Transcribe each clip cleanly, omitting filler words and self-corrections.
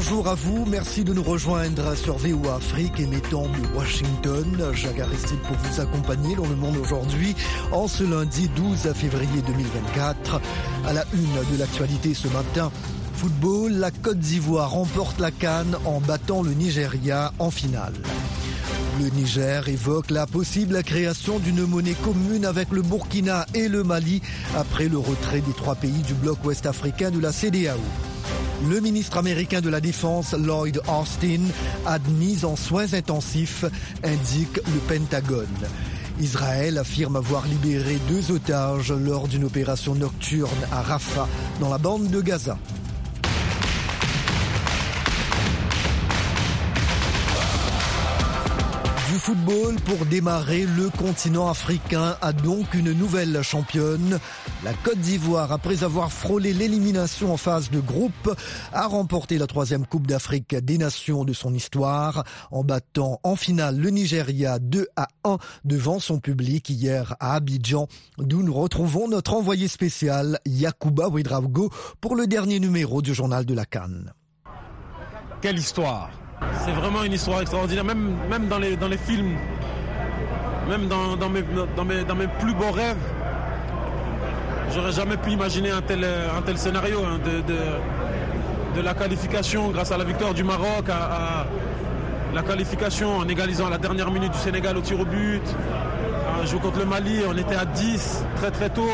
bonjour à vous, merci de nous rejoindre sur VOA Afrique émettant de Washington. Jacques Aristide pour vous accompagner dans le monde aujourd'hui en ce lundi 12 février 2024. À la une de l'actualité ce matin, football, la Côte d'Ivoire remporte la CAN en battant le Nigeria en finale. Le Niger évoque la possible création d'une monnaie commune avec le Burkina et le Mali après le retrait des 3 pays du bloc ouest-africain de la CEDEAO. Le ministre américain de la Défense, Lloyd Austin, admis en soins intensifs, indique le Pentagone. Israël affirme avoir libéré 2 otages lors d'une opération nocturne à Rafah, dans la bande de Gaza. Du football pour démarrer, le continent africain a donc une nouvelle championne. La Côte d'Ivoire, après avoir frôlé l'élimination en phase de groupe, a remporté la 3e Coupe d'Afrique des Nations de son histoire en battant en finale le Nigeria 2-1 devant son public hier à Abidjan, d'où nous retrouvons notre envoyé spécial Yacouba Ouedraogo pour le dernier numéro du journal de la CAN. Quelle histoire! C'est vraiment une histoire extraordinaire, même dans les films, même dans mes plus beaux rêves. J'aurais jamais pu imaginer un tel scénario de la qualification grâce à la victoire du Maroc, à la qualification en égalisant à la dernière minute du Sénégal au tir au but. On joue contre le Mali, on était à 10 très très tôt,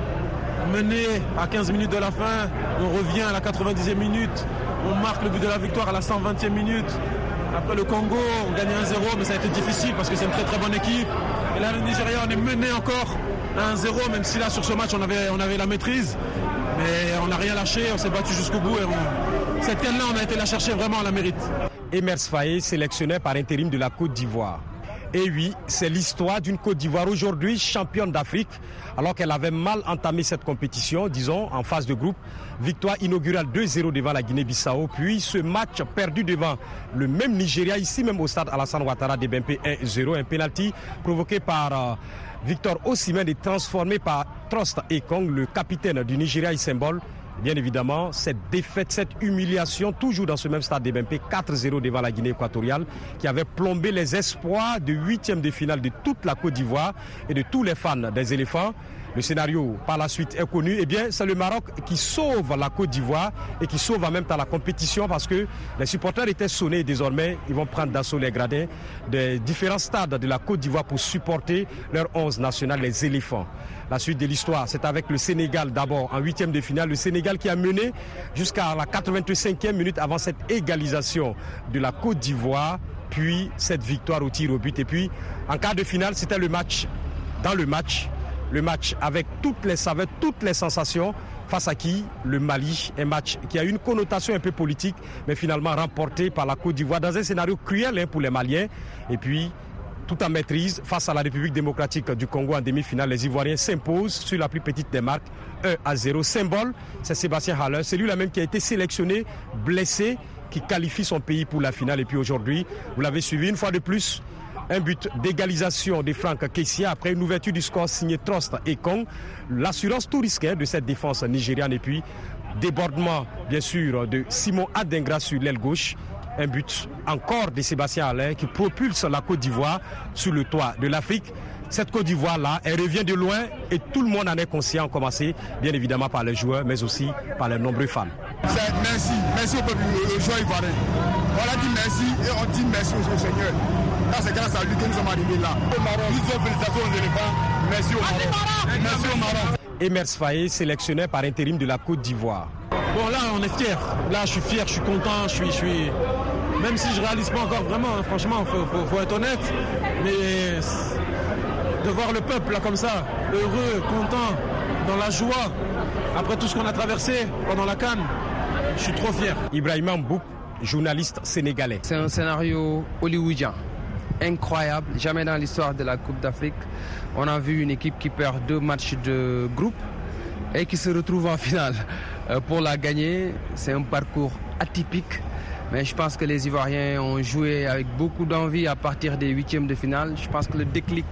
mené à 15 minutes de la fin, on revient à la 90e minute. On marque le but de la victoire à la 120e minute. Après le Congo, on gagne 1-0, mais ça a été difficile parce que c'est une très très bonne équipe. Et là, le Nigeria, on est mené encore à 1-0, même si là, sur ce match, on avait la maîtrise. Mais on n'a rien lâché, on s'est battu jusqu'au bout. Et cette canne-là, on a été la chercher vraiment, on la mérite. Emers Faé, sélectionné par intérim de la Côte d'Ivoire. Et oui, c'est l'histoire d'une Côte d'Ivoire aujourd'hui championne d'Afrique, alors qu'elle avait mal entamé cette compétition, disons, en phase de groupe. Victoire inaugurale 2-0 devant la Guinée-Bissau, puis ce match perdu devant le même Nigeria, ici même au stade Alassane Ouattara de Bempé 1-0, un penalty provoqué par Victor Osimhen et transformé par Trost Ekong, le capitaine du Nigeria et symbole. Bien évidemment, cette défaite, cette humiliation, toujours dans ce même stade de Bempé, 4-0 devant la Guinée équatoriale, qui avait plombé les espoirs de 8e de finale de toute la Côte d'Ivoire et de tous les fans des éléphants. Le scénario, par la suite, est connu. Eh bien, c'est le Maroc qui sauve la Côte d'Ivoire et qui sauve en même temps la compétition parce que les supporters étaient sonnés et désormais, ils vont prendre d'assaut les gradins des différents stades de la Côte d'Ivoire pour supporter leur 11 national, les éléphants. La suite de l'histoire, c'est avec le Sénégal d'abord en 8e de finale. Le Sénégal qui a mené jusqu'à la 85e minute avant cette égalisation de la Côte d'Ivoire, puis cette victoire au tir au but. Et puis, en quart de finale, c'était le match dans le match. Le match avec toutes les saveurs, toutes les sensations, face à qui? Le Mali, un match qui a une connotation un peu politique, mais finalement remporté par la Côte d'Ivoire dans un scénario cruel pour les Maliens. Et puis, tout en maîtrise, face à la République démocratique du Congo en demi-finale, les Ivoiriens s'imposent sur la plus petite des marques, 1-0. Symbole, c'est Sébastien Haller, c'est lui-là même qui a été sélectionné, blessé, qui qualifie son pays pour la finale. Et puis aujourd'hui, vous l'avez suivi une fois de plus, un but d'égalisation de Franck Kessia après une ouverture du score signé Trost Ekong. L'assurance tout risquée de cette défense nigériane et puis débordement bien sûr de Simon Adingra sur l'aile gauche. Un but encore de Sébastien Haller qui propulse la Côte d'Ivoire sur le toit de l'Afrique. Cette Côte d'Ivoire-là, elle revient de loin et tout le monde en est conscient, commencé bien évidemment par les joueurs mais aussi par les nombreux fans. Merci au peuple, aux joueurs ivoiriens. On a dit merci et on dit merci au Seigneur. Là, c'est grâce à lui que nous sommes arrivés là. Au Maroc, nous disons félicitations aux éléphants. Merci au Maroc. Merci au Maroc. Emers Faé, sélectionné par intérim de la Côte d'Ivoire. Bon, là, on est fiers. Là, je suis fier, je suis content, je suis... Même si je ne réalise pas encore vraiment, hein, franchement, faut être honnête. Mais de voir le peuple là comme ça, heureux, content, dans la joie, après tout ce qu'on a traversé pendant la CAN, je suis trop fier. Ibrahima Mboup, journaliste sénégalais. C'est un scénario hollywoodien, incroyable. Jamais dans l'histoire de la Coupe d'Afrique, on a vu une équipe qui perd 2 matchs de groupe et qui se retrouve en finale. Pour la gagner, c'est un parcours atypique. Mais je pense que les Ivoiriens ont joué avec beaucoup d'envie à partir des 8e de finale. Je pense que le déclic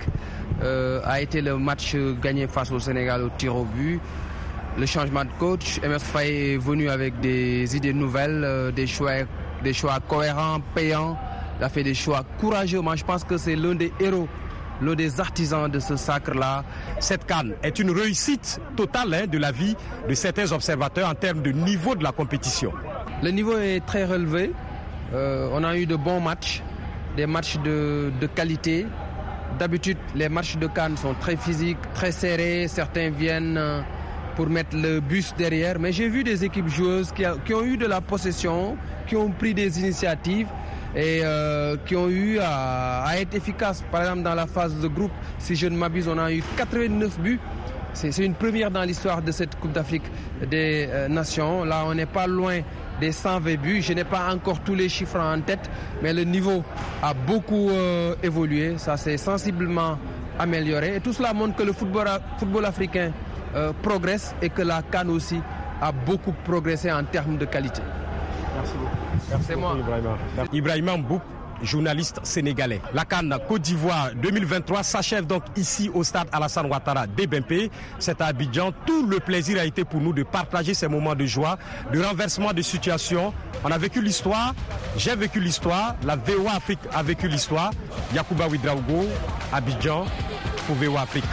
a été le match gagné face au Sénégal au tir au but. Le changement de coach, Emers Faé est venu avec des idées nouvelles, des choix des choix cohérents, payants. Il a fait des choix courageux. Moi, je pense que c'est l'un des héros, l'un des artisans de ce sacre-là. Cette CAN est une réussite totale de la vie de certains observateurs en termes de niveau de la compétition. Le niveau est très relevé. On a eu de bons matchs, des matchs de qualité. D'habitude, les matchs de CAN sont très physiques, très serrés. Certains viennent pour mettre le bus derrière. Mais j'ai vu des équipes joueuses qui ont eu de la possession, qui ont pris des initiatives et qui ont eu à être efficaces. Par exemple, dans la phase de groupe, si je ne m'abuse, on a eu 89 buts. C'est une première dans l'histoire de cette Coupe d'Afrique des Nations. Là, on n'est pas loin des 120 buts. Je n'ai pas encore tous les chiffres en tête, mais le niveau a beaucoup évolué. Ça s'est sensiblement amélioré. Et tout cela montre que le football africain progresse et que la CAN aussi a beaucoup progressé en termes de qualité. Merci beaucoup. C'est moi. Ibrahima Mboup, journaliste sénégalais. La CAN Côte d'Ivoire 2023 s'achève donc ici au stade Alassane Ouattara d'Ebempe. C'est à Abidjan. Tout le plaisir a été pour nous de partager ces moments de joie, de renversement de situation. On a vécu l'histoire, j'ai vécu l'histoire, la VOA Afrique a vécu l'histoire. Yacouba Ouedraogo, Abidjan pour VOA Afrique.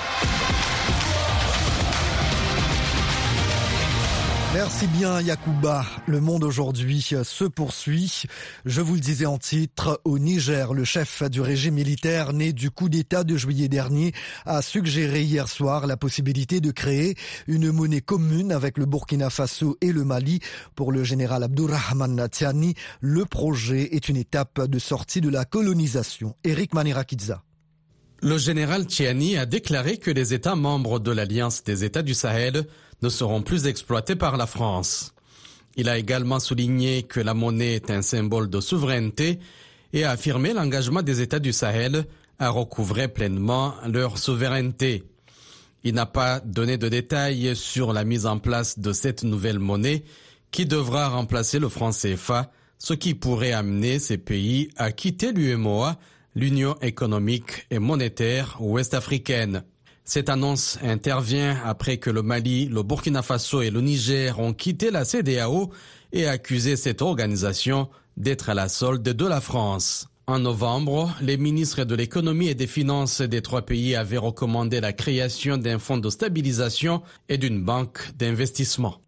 Merci bien Yacouba. Le monde aujourd'hui se poursuit. Je vous le disais en titre, au Niger, le chef du régime militaire né du coup d'État de juillet dernier a suggéré hier soir la possibilité de créer une monnaie commune avec le Burkina Faso et le Mali. Pour le général Abdourahmane Tiani, le projet est une étape de sortie de la colonisation. Eric Manirakidza. Le général Tiani a déclaré que les États membres de l'Alliance des États du Sahel ne seront plus exploités par la France. Il a également souligné que la monnaie est un symbole de souveraineté et a affirmé l'engagement des États du Sahel à recouvrer pleinement leur souveraineté. Il n'a pas donné de détails sur la mise en place de cette nouvelle monnaie qui devra remplacer le franc CFA, ce qui pourrait amener ces pays à quitter l'UEMOA, l'Union économique et monétaire ouest-africaine. Cette annonce intervient après que le Mali, le Burkina Faso et le Niger ont quitté la CEDEAO et accusé cette organisation d'être à la solde de la France. En novembre, les ministres de l'économie et des finances des trois pays avaient recommandé la création d'un fonds de stabilisation et d'une banque d'investissement.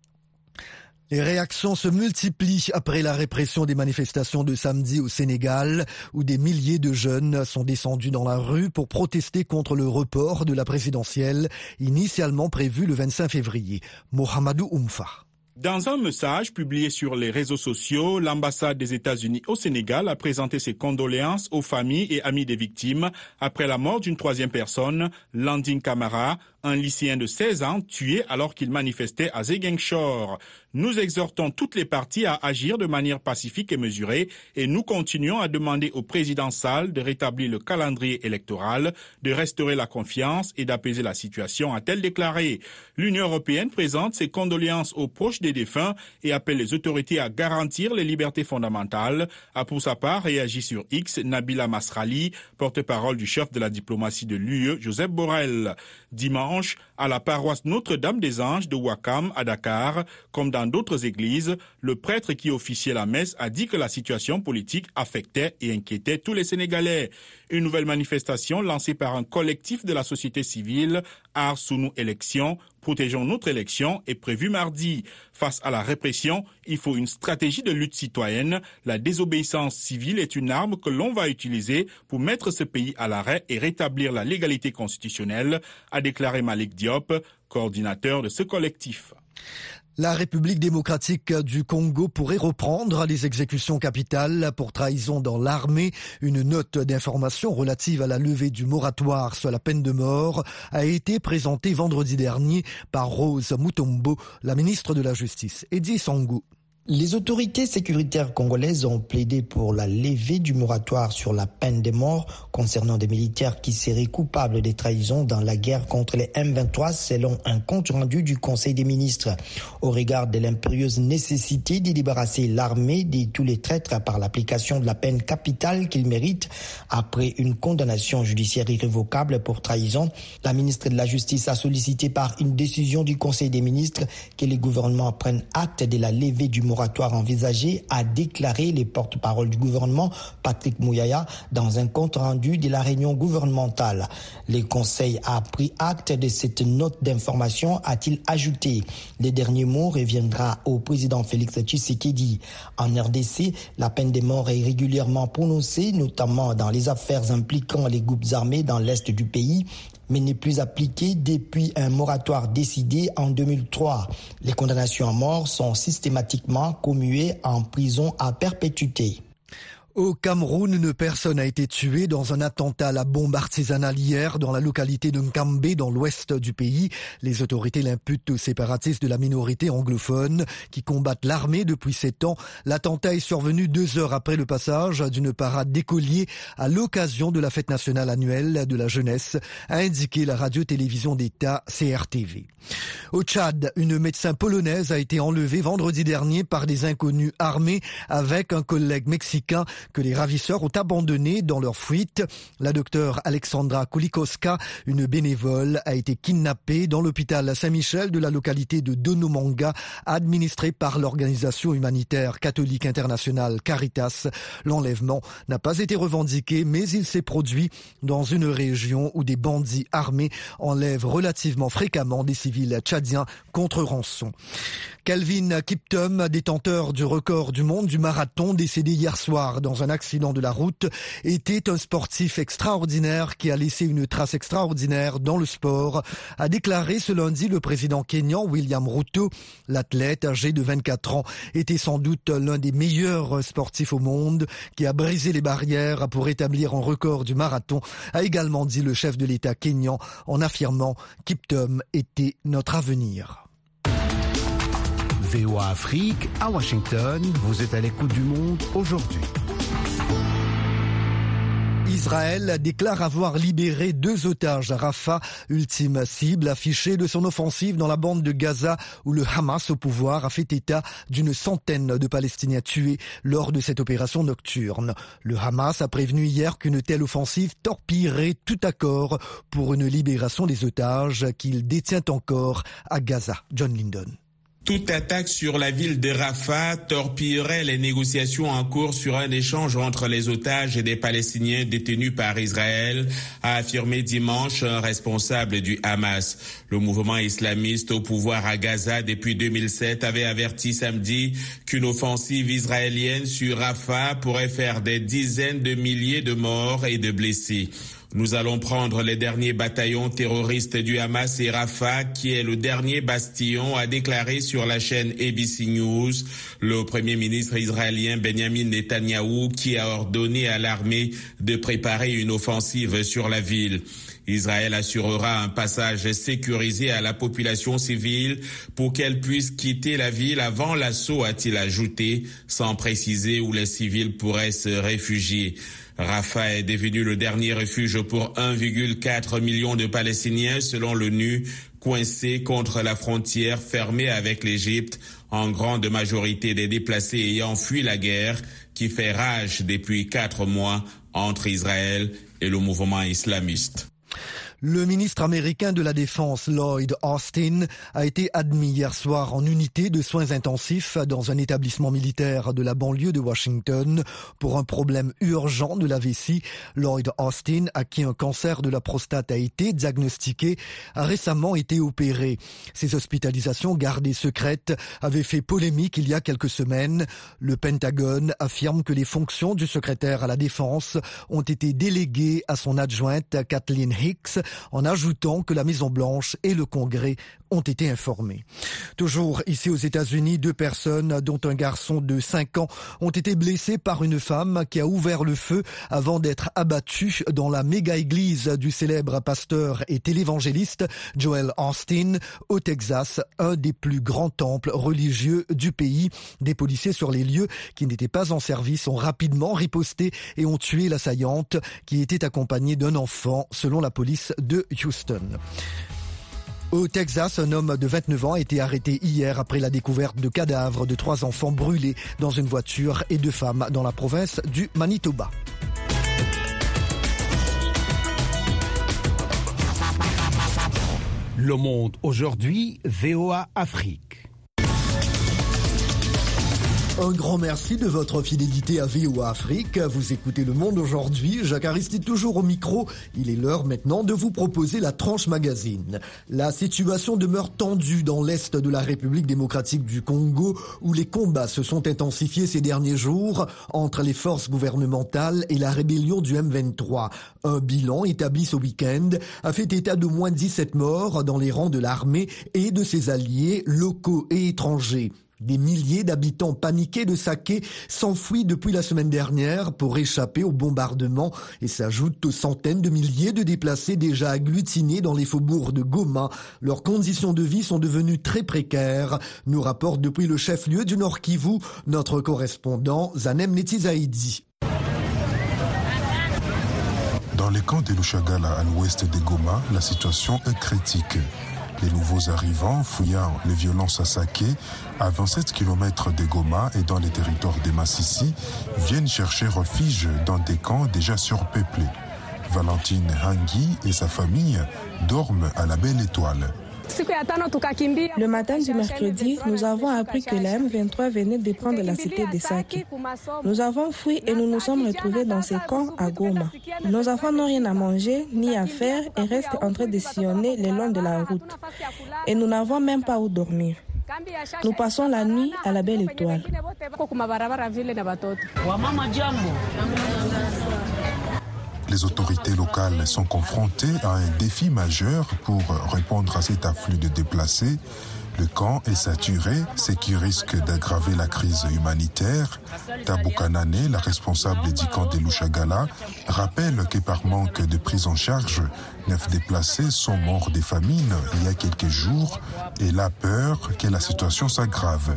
Les réactions se multiplient après la répression des manifestations de samedi au Sénégal, où des milliers de jeunes sont descendus dans la rue pour protester contre le report de la présidentielle, initialement prévu le 25 février. Mohamedou Oumfa. Dans un message publié sur les réseaux sociaux, l'ambassade des États-Unis au Sénégal a présenté ses condoléances aux familles et amis des victimes après la mort d'une troisième personne, Landing Camara, un lycéen de 16 ans tué alors qu'il manifestait à Ziguinchor. Nous exhortons toutes les parties à agir de manière pacifique et mesurée et nous continuons à demander au président Sall de rétablir le calendrier électoral, de restaurer la confiance et d'apaiser la situation, a-t-elle déclaré. L'Union européenne présente ses condoléances aux proches des défunts et appelle les autorités à garantir les libertés fondamentales, a pour sa part réagi sur X Nabila Masrali, porte-parole du chef de la diplomatie de l'UE, Joseph Borrell. Dimanche, à la paroisse Notre-Dame-des-Anges de Ouakam à Dakar, comme dans d'autres églises, le prêtre qui officiait la messe a dit que la situation politique affectait et inquiétait tous les Sénégalais. Une nouvelle manifestation lancée par un collectif de la société civile, Ars Sunu Élection, Protégeons notre élection, est prévue mardi. Face à la répression, il faut une stratégie de lutte citoyenne. La désobéissance civile est une arme que l'on va utiliser pour mettre ce pays à l'arrêt et rétablir la légalité constitutionnelle, a déclaré Malik Diop, coordinateur de ce collectif. La République démocratique du Congo pourrait reprendre les exécutions capitales pour trahison dans l'armée. Une note d'information relative à la levée du moratoire sur la peine de mort a été présentée vendredi dernier par Rose Mutombo, la ministre de la Justice. Eddie Sangou. Les autorités sécuritaires congolaises ont plaidé pour la levée du moratoire sur la peine de mort concernant des militaires qui seraient coupables des trahisons dans la guerre contre les M23 selon un compte rendu du Conseil des ministres. Au regard de l'impérieuse nécessité de débarrasser l'armée de tous les traîtres par l'application de la peine capitale qu'ils méritent après une condamnation judiciaire irrévocable pour trahison, la ministre de la Justice a sollicité par une décision du Conseil des ministres que les gouvernements prennent acte de la levée du moratoire moratoire envisagé, a déclaré les porte-parole du gouvernement Patrick Mouyaya dans un compte rendu de la réunion gouvernementale. Le Conseil a pris acte de cette note d'information, a-t-il ajouté. Le dernier mot reviendra au président Félix Tshisekedi. En RDC, la peine de mort est régulièrement prononcée, notamment dans les affaires impliquant les groupes armés dans l'est du pays, mais n'est plus appliquée depuis un moratoire décidé en 2003. Les condamnations à mort sont systématiquement commuées en prison à perpétuité. Au Cameroun, personne n'a été tué dans un attentat à la bombe artisanale hier dans la localité de Nkambé, dans l'ouest du pays. Les autorités l'imputent aux séparatistes de la minorité anglophone qui combattent l'armée depuis 7 ans. L'attentat est survenu 2 heures après le passage d'une parade d'écoliers à l'occasion de la fête nationale annuelle de la jeunesse, a indiqué la radio-télévision d'État CRTV. Au Tchad, une médecin polonaise a été enlevée vendredi dernier par des inconnus armés avec un collègue mexicain que les ravisseurs ont abandonné dans leur fuite. La docteure Alexandra Kulikowska, une bénévole, a été kidnappée dans l'hôpital Saint-Michel de la localité de Donomanga, administré par l'organisation humanitaire catholique internationale Caritas. L'enlèvement n'a pas été revendiqué, mais il s'est produit dans une région où des bandits armés enlèvent relativement fréquemment des civils tchadiens contre rançon. Kelvin Kiptum, détenteur du record du monde du marathon, décédé hier soir dans un accident de la route, était un sportif extraordinaire qui a laissé une trace extraordinaire dans le sport, a déclaré ce lundi le président kényan William Ruto. L'athlète, âgé de 24 ans, était sans doute l'un des meilleurs sportifs au monde, qui a brisé les barrières pour établir un record du marathon, a également dit le chef de l'État kényan en affirmant Kiptum était notre avenir. VOA Afrique, à Washington, vous êtes à l'écoute du monde aujourd'hui. Israël déclare avoir libéré 2 otages à Rafah, ultime cible affichée de son offensive dans la bande de Gaza où le Hamas au pouvoir a fait état d'une centaine de Palestiniens tués lors de cette opération nocturne. Le Hamas a prévenu hier qu'une telle offensive torpillerait tout accord pour une libération des otages qu'il détient encore à Gaza. John Lyndon. Toute attaque sur la ville de Rafah torpillerait les négociations en cours sur un échange entre les otages et des Palestiniens détenus par Israël, a affirmé dimanche un responsable du Hamas. Le mouvement islamiste au pouvoir à Gaza depuis 2007 avait averti samedi qu'une offensive israélienne sur Rafah pourrait faire des dizaines de milliers de morts et de blessés. Nous allons prendre les derniers bataillons terroristes du Hamas et Rafah, qui est le dernier bastion, a déclaré sur la chaîne ABC News le premier ministre israélien Benjamin Netanyahou, qui a ordonné à l'armée de préparer une offensive sur la ville. Israël assurera un passage sécurisé à la population civile pour qu'elle puisse quitter la ville avant l'assaut, a-t-il ajouté, sans préciser où les civils pourraient se réfugier. Rafah est devenu le dernier refuge pour 1,4 million de Palestiniens selon l'ONU, coincés contre la frontière fermée avec l'Égypte, en grande majorité des déplacés ayant fui la guerre qui fait rage depuis 4 mois entre Israël et le mouvement islamiste. Le ministre américain de la Défense, Lloyd Austin, a été admis hier soir en unité de soins intensifs dans un établissement militaire de la banlieue de Washington pour un problème urgent de la vessie. Lloyd Austin, à qui un cancer de la prostate a été diagnostiqué, a récemment été opéré. Ces hospitalisations gardées secrètes avaient fait polémique il y a quelques semaines. Le Pentagone affirme que les fonctions du secrétaire à la Défense ont été déléguées à son adjointe Kathleen Hicks, en ajoutant que la Maison-Blanche et le Congrès ont été informés. Toujours ici aux États-Unis, 2 personnes, dont un garçon de 5 ans, ont été blessées par une femme qui a ouvert le feu avant d'être abattue dans la méga-église du célèbre pasteur et télévangéliste Joel Austin, au Texas, un des plus grands temples religieux du pays. Des policiers sur les lieux qui n'étaient pas en service ont rapidement riposté et ont tué l'assaillante qui était accompagnée d'un enfant, selon la police de Houston. Au Texas, un homme de 29 ans a été arrêté hier après la découverte de cadavres de 3 enfants brûlés dans une voiture et 2 femmes dans la province du Manitoba. Le monde aujourd'hui, VOA Afrique. Un grand merci de votre fidélité à VOA Afrique. Vous écoutez Le Monde aujourd'hui. Jacques Aristide toujours au micro. Il est l'heure maintenant de vous proposer la tranche magazine. La situation demeure tendue dans l'est de la République démocratique du Congo où les combats se sont intensifiés ces derniers jours entre les forces gouvernementales et la rébellion du M23. Un bilan établi ce week-end a fait état de moins 17 morts dans les rangs de l'armée et de ses alliés locaux et étrangers. Des milliers d'habitants paniqués de Saké s'enfuient depuis la semaine dernière pour échapper au bombardement et s'ajoutent aux centaines de milliers de déplacés déjà agglutinés dans les faubourgs de Goma. Leurs conditions de vie sont devenues très précaires, nous rapporte depuis le chef-lieu du Nord Kivu notre correspondant Zanem Netizaïdi. Dans les camps de Lushagala à l'ouest de Goma, la situation est critique. Les nouveaux arrivants, fouillant les violences à Saké, à 27 km de Goma et dans les territoires de Massissi, viennent chercher refuge dans des camps déjà surpeuplés. Valentine Hangui et sa famille dorment à la Belle Étoile. Le matin du mercredi, nous avons appris que la M23 venait de prendre la cité de Saké. Nous avons fui et nous nous sommes retrouvés dans ces camps à Goma. Nos enfants n'ont rien à manger ni à faire et restent en train de sillonner le long de la route. Et nous n'avons même pas où dormir. Nous passons la nuit à la Belle Étoile. Les autorités locales sont confrontées à un défi majeur pour répondre à cet afflux de déplacés. Le camp est saturé, ce qui risque d'aggraver la crise humanitaire. Tabou Kanane, la responsable du camp de Lushagala, rappelle que par manque de prise en charge, 9 déplacés sont morts de famine il y a quelques jours et a peur que la situation s'aggrave.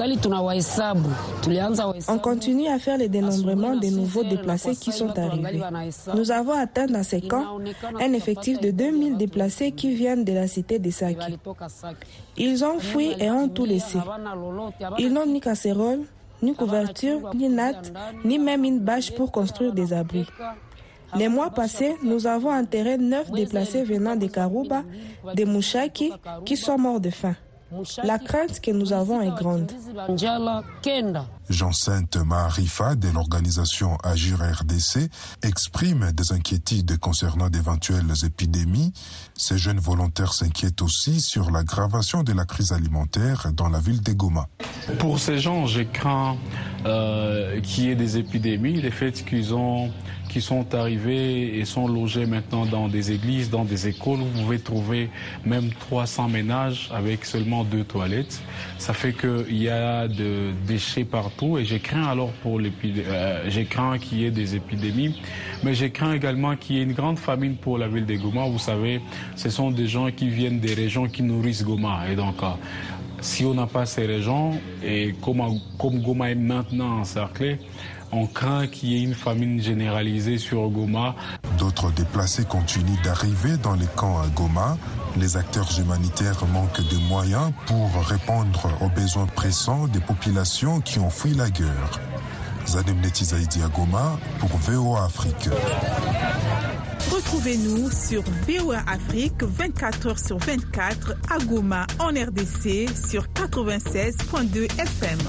On continue à faire le dénombrement des nouveaux déplacés qui sont arrivés. Nous avons atteint dans ces camps un effectif de 2000 déplacés qui viennent de la cité de Saké. Ils ont fui et ont tout laissé. Ils n'ont ni casserole, ni couverture, ni natte, ni même une bâche pour construire des abris. Les mois passés, nous avons enterré 9 déplacés venant de Karouba, de Mouchaki, qui sont morts de faim. La crainte que nous avons est grande. Jean-Sainte Maharifa de l'organisation Agir RDC exprime des inquiétudes concernant d'éventuelles épidémies. Ces jeunes volontaires s'inquiètent aussi sur l'aggravation de la crise alimentaire dans la ville de Goma. Pour ces gens, je crains qu'il y ait des épidémies. Le fait qui sont arrivés et sont logés maintenant dans des églises, dans des écoles. Vous pouvez trouver même 300 ménages avec seulement 2 toilettes. Ça fait qu'il y a de déchets partout et je crains alors je crains qu'il y ait des épidémies, mais je crains également qu'il y ait une grande famine pour la ville de Goma. Vous savez, ce sont des gens qui viennent des régions qui nourrissent Goma et donc si on n'a pas ces régions et comme Goma est maintenant encerclé, on craint qu'il y ait une famine généralisée sur Goma. D'autres déplacés continuent d'arriver dans les camps à Goma. Les acteurs humanitaires manquent de moyens pour répondre aux besoins pressants des populations qui ont fui la guerre. Zanem Netizaïdi à Goma pour VOA Afrique. Retrouvez-nous sur VOA Afrique 24h/24 à Goma en RDC sur 96.2 FM.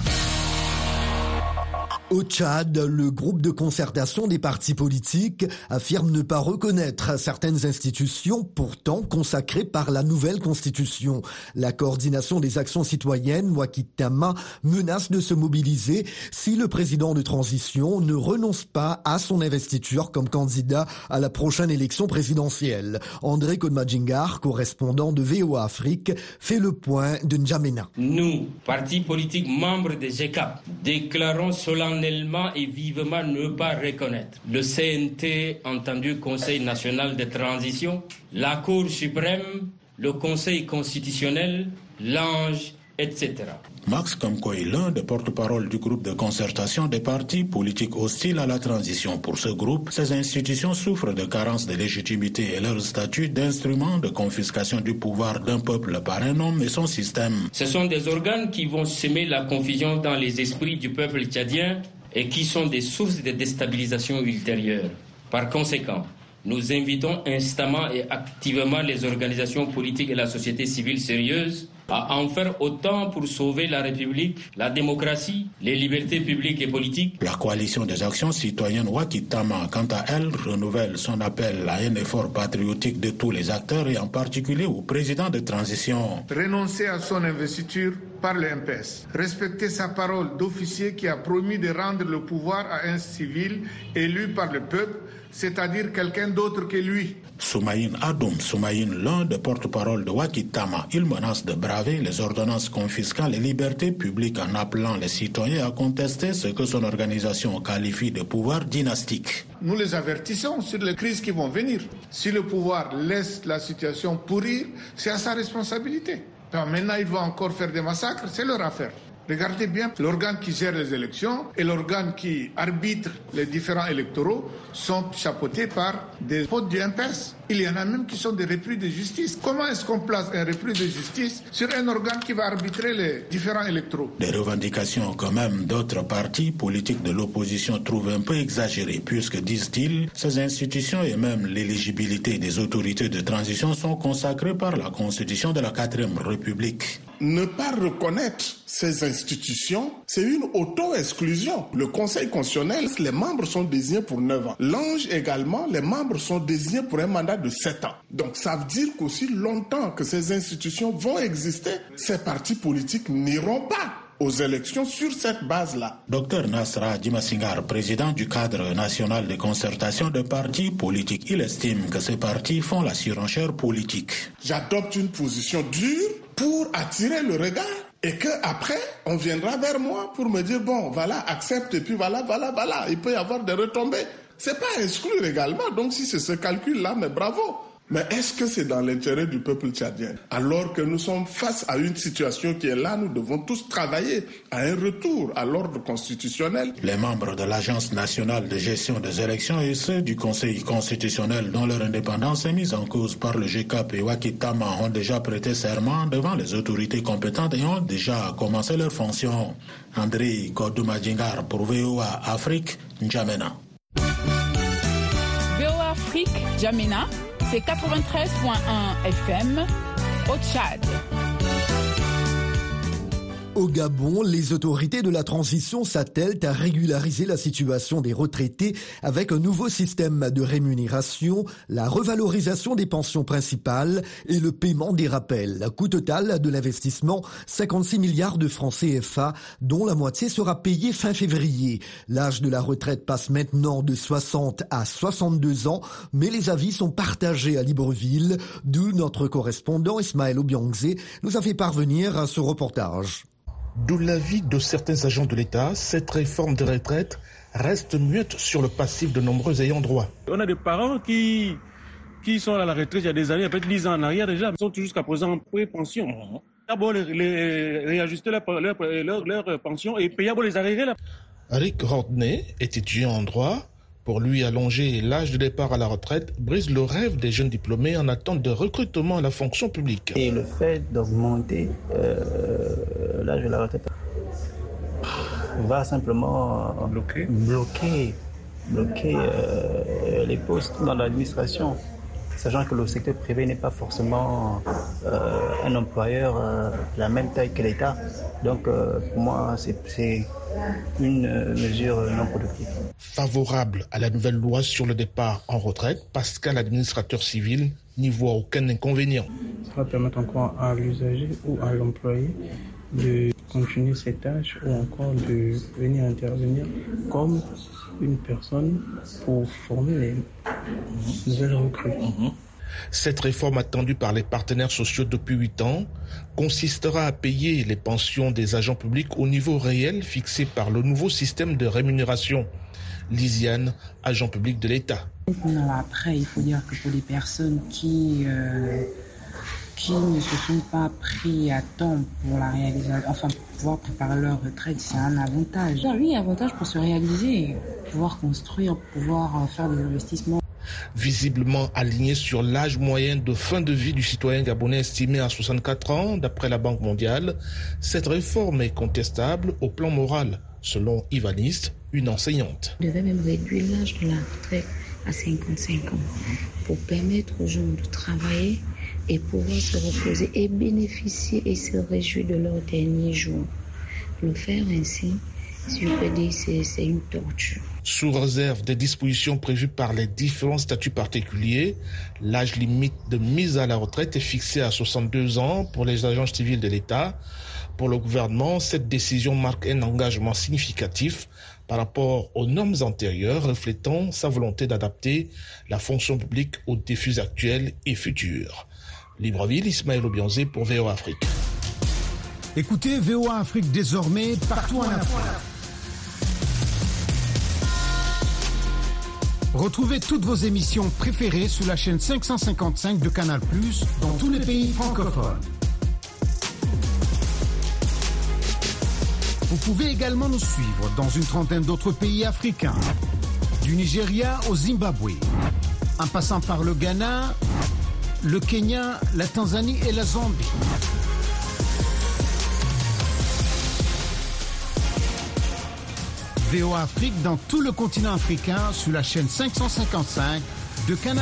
Au Tchad, le groupe de concertation des partis politiques affirme ne pas reconnaître certaines institutions pourtant consacrées par la nouvelle constitution. La coordination des actions citoyennes, Wakitama, menace de se mobiliser si le président de transition ne renonce pas à son investiture comme candidat à la prochaine élection présidentielle. André Kodmadjingar, correspondant de VOA Afrique, fait le point de N'Djamena. Nous, partis politiques membres des GECAP, déclarons solennellement et vivement ne pas reconnaître le CNT, entendu Conseil national de transition, la Cour suprême, le Conseil constitutionnel, l'Ange, etc. Max Kamko est l'un des porte-parole du groupe de concertation des partis politiques hostiles à la transition. Pour ce groupe, ces institutions souffrent de carences de légitimité et leur statut d'instrument de confiscation du pouvoir d'un peuple par un homme et son système. Ce sont des organes qui vont semer la confusion dans les esprits du peuple tchadien et qui sont des sources de déstabilisation ultérieure. Par conséquent, nous invitons instamment et activement les organisations politiques et la société civile sérieuse à en faire autant pour sauver la République, la démocratie, les libertés publiques et politiques. La coalition des actions citoyennes Wakitama, quant à elle, renouvelle son appel à un effort patriotique de tous les acteurs et en particulier au président de transition. Renoncer à son investiture par le MPS, respecter sa parole d'officier qui a promis de rendre le pouvoir à un civil élu par le peuple, c'est-à-dire quelqu'un d'autre que lui. Soumaïn Adoum Soumaïn, l'un des porte-parole de Wakitama, il menace de braver les ordonnances confisquant les libertés publiques en appelant les citoyens à contester ce que son organisation qualifie de pouvoir dynastique. Nous les avertissons sur les crises qui vont venir. Si le pouvoir laisse la situation pourrir, c'est à sa responsabilité. Donc maintenant, ils vont encore faire des massacres, c'est leur affaire. Regardez bien, l'organe qui gère les élections et l'organe qui arbitre les différents électoraux sont chapeautés par des potes du MPS. Il y en a même qui sont des repris de justice. Comment est-ce qu'on place un repris de justice sur un organe qui va arbitrer les différents électoraux? Des revendications que même d'autres partis politiques de l'opposition trouvent un peu exagérées, puisque, disent-ils, ces institutions et même l'éligibilité des autorités de transition sont consacrées par la Constitution de la 4e République. Ne pas reconnaître ces institutions, c'est une auto-exclusion. Le Conseil constitutionnel, les membres sont désignés pour 9 ans. L'Ange également, les membres sont désignés pour un mandat de 7 ans. Donc ça veut dire qu'aussi longtemps que ces institutions vont exister, ces partis politiques n'iront pas aux élections sur cette base-là. Dr Nasra Dimasingar, président du cadre national de concertation de partis politiques, il estime que ces partis font la surenchère politique. J'adopte une position dure pour attirer le regard et qu'après, on viendra vers moi pour me dire, bon, voilà, accepte, et puis voilà, il peut y avoir des retombées. C'est pas exclure également, donc si c'est ce calcul-là, mais bravo. Mais est-ce que c'est dans l'intérêt du peuple tchadien? Alors que nous sommes face à une situation qui est là, nous devons tous travailler à un retour à l'ordre constitutionnel. Les membres de l'Agence nationale de gestion des élections et ceux du Conseil constitutionnel dont leur indépendance est mise en cause par le GCAP et Wakitama ont déjà prêté serment devant les autorités compétentes et ont déjà commencé leurs fonctions. André Kodoumadjingar pour VOA Afrique, N'Djamena. VOA Afrique, N'Djamena. C'est 93.1 FM au Tchad. Au Gabon, les autorités de la transition s'attellent à régulariser la situation des retraités avec un nouveau système de rémunération, la revalorisation des pensions principales et le paiement des rappels. Coût total de l'investissement, 56 milliards de francs CFA, dont la moitié sera payée fin février. L'âge de la retraite passe maintenant de 60 à 62 ans, mais les avis sont partagés à Libreville, d'où notre correspondant Ismaël Obiangze nous a fait parvenir ce reportage. De l'avis de certains agents de l'État, cette réforme de retraite reste muette sur le passif de nombreux ayants droit. On a des parents qui sont à la retraite il y a des années, peut-être 10 ans en arrière déjà, ils sont jusqu'à présent en pré-pension. D'abord, réajuster leur pension et payer pour les arrêter là. Rick Rodney est étudiant en droit. Pour lui, allonger l'âge de départ à la retraite brise le rêve des jeunes diplômés en attente de recrutement à la fonction publique. Et le fait d'augmenter l'âge de la retraite va simplement bloquer les postes dans l'administration, sachant que le secteur privé n'est pas forcément un employeur de la même taille que l'État. Donc pour moi, c'est une mesure non productive. Favorable à la nouvelle loi sur le départ en retraite, Pascal, administrateur civil, n'y voit aucun inconvénient. Ça va permettre encore à l'usager ou à l'employé de continuer ses tâches ou encore de venir intervenir comme une personne pour former les nouvelles recrues. Cette réforme attendue par les partenaires sociaux depuis 8 ans consistera à payer les pensions des agents publics au niveau réel fixé par le nouveau système de rémunération. Lisiane, agent public de l'État. Après, il faut dire que pour les personnes qui ne se sont pas pris à temps pour la réalisation, enfin pour pouvoir préparer leur retraite, c'est un avantage. Oui, avantage pour se réaliser, pouvoir construire, pouvoir faire des investissements. Visiblement aligné sur l'âge moyen de fin de vie du citoyen gabonais estimé à 64 ans, d'après la Banque mondiale, cette réforme est contestable au plan moral, selon Ivaniste, une enseignante. On devait même réduire l'âge de la retraite à 55 ans pour permettre aux gens de travailler et pouvoir se reposer et bénéficier et se réjouir de leur dernier jour. Le faire ainsi, si je peux dire, c'est une torture. Sous réserve des dispositions prévues par les différents statuts particuliers, l'âge limite de mise à la retraite est fixé à 62 ans pour les agents civils de l'État. Pour le gouvernement, cette décision marque un engagement significatif par rapport aux normes antérieures, reflétant sa volonté d'adapter la fonction publique aux défis actuels et futurs. Libreville, Ismaël Obianzé pour VOA Afrique. Écoutez VOA Afrique désormais partout en Afrique. Retrouvez toutes vos émissions préférées sur la chaîne 555 de Canal+, dans tous les pays francophones. Vous pouvez également nous suivre dans une trentaine d'autres pays africains, du Nigeria au Zimbabwe, en passant par le Ghana, le Kenya, la Tanzanie et la Zambie. VOA Afrique dans tout le continent africain sur la chaîne 555 de Canal+.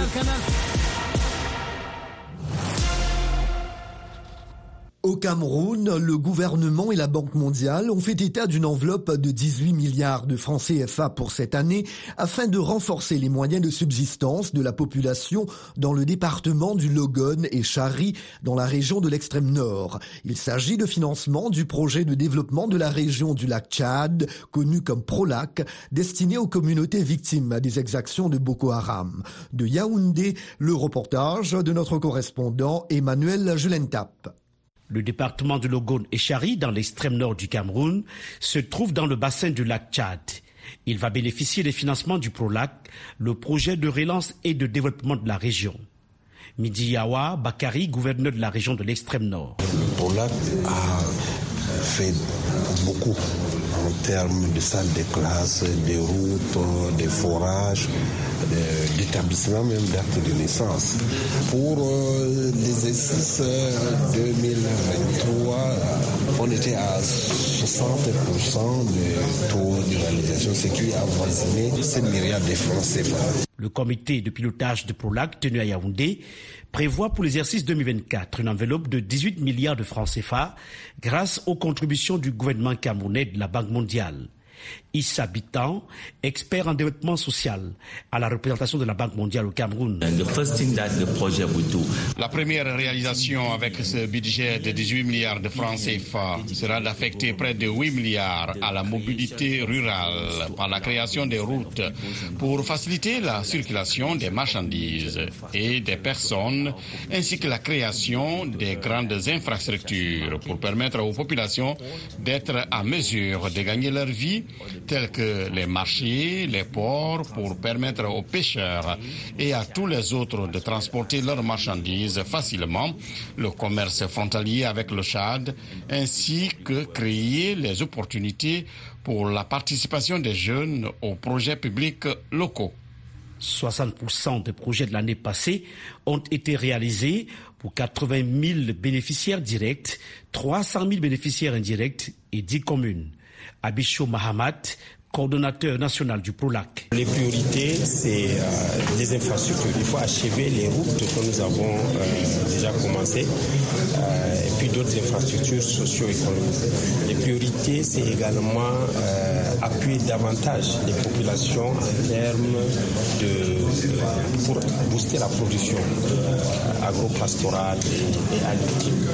Au Cameroun, le gouvernement et la Banque mondiale ont fait état d'une enveloppe de 18 milliards de francs CFA pour cette année afin de renforcer les moyens de subsistance de la population dans le département du Logone et Chari, dans la région de l'extrême nord. Il s'agit de financement du projet de développement de la région du lac Tchad, connu comme PROLAC, destiné aux communautés victimes des exactions de Boko Haram. De Yaoundé, le reportage de notre correspondant Emmanuel Julentap. Le département de Logone et Chari, dans l'extrême nord du Cameroun, se trouve dans le bassin du lac Tchad. Il va bénéficier des financements du PROLAC, le projet de relance et de développement de la région. Midi Yawa Bakari, gouverneur de la région de l'extrême nord. Le PROLAC a fait beaucoup en termes de salles de classe, des routes, des forages, d'établissements même d'actes de naissance. Pour l'exercice 2023, on était à 60% de taux de réalisation, ce qui a avoisiné 7 milliards de francs CFA. Le comité de pilotage de PROLAC tenu à Yaoundé prévoit pour l'exercice 2024 une enveloppe de 18 milliards de francs CFA grâce aux contributions du gouvernement camerounais et de la Banque mondiale. Issa Bitan, expert en développement social à la représentation de la Banque mondiale au Cameroun. La première réalisation avec ce budget de 18 milliards de francs CFA sera d'affecter près de 8 milliards à la mobilité rurale par la création des routes pour faciliter la circulation des marchandises et des personnes, ainsi que la création des grandes infrastructures pour permettre aux populations d'être à mesure de gagner leur vie, tels que les marchés, les ports, pour permettre aux pêcheurs et à tous les autres de transporter leurs marchandises facilement, le commerce frontalier avec le Tchad, ainsi que créer les opportunités pour la participation des jeunes aux projets publics locaux. 60% des projets de l'année passée ont été réalisés pour 80 000 bénéficiaires directs, 300 000 bénéficiaires indirects et 10 communes. Abicho Mahamat, coordonnateur national du PROLAC. Les priorités, c'est les infrastructures. Il faut achever les routes que nous avons déjà commencées et puis d'autres infrastructures socio-économiques. Les priorités, c'est également appuyer davantage les populations en termes pour booster la production agro-pastorale et halieutique.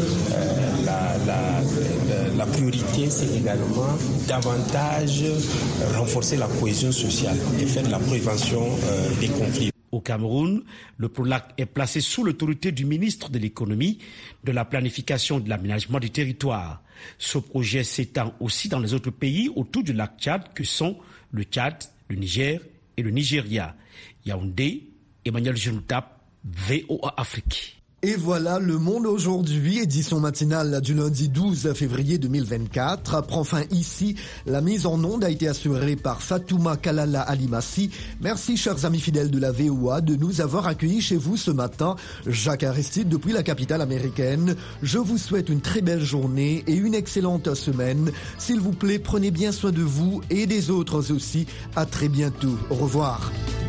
La priorité, c'est également davantage renforcer la cohésion sociale et faire de la prévention des conflits. Au Cameroun, le PROLAC est placé sous l'autorité du ministre de l'économie, de la planification et de l'aménagement du territoire. Ce projet s'étend aussi dans les autres pays autour du lac Tchad que sont le Tchad, le Niger et le Nigeria. Yaoundé, Emmanuel Genoutap, VOA Afrique. Et voilà, Le Monde aujourd'hui, édition matinale du lundi 12 février 2024, prend fin ici. La mise en onde a été assurée par Fatouma Kalala Alimassi. Merci, chers amis fidèles de la VOA, de nous avoir accueillis chez vous ce matin. Jacques Aristide depuis la capitale américaine. Je vous souhaite une très belle journée et une excellente semaine. S'il vous plaît, prenez bien soin de vous et des autres aussi. À très bientôt. Au revoir.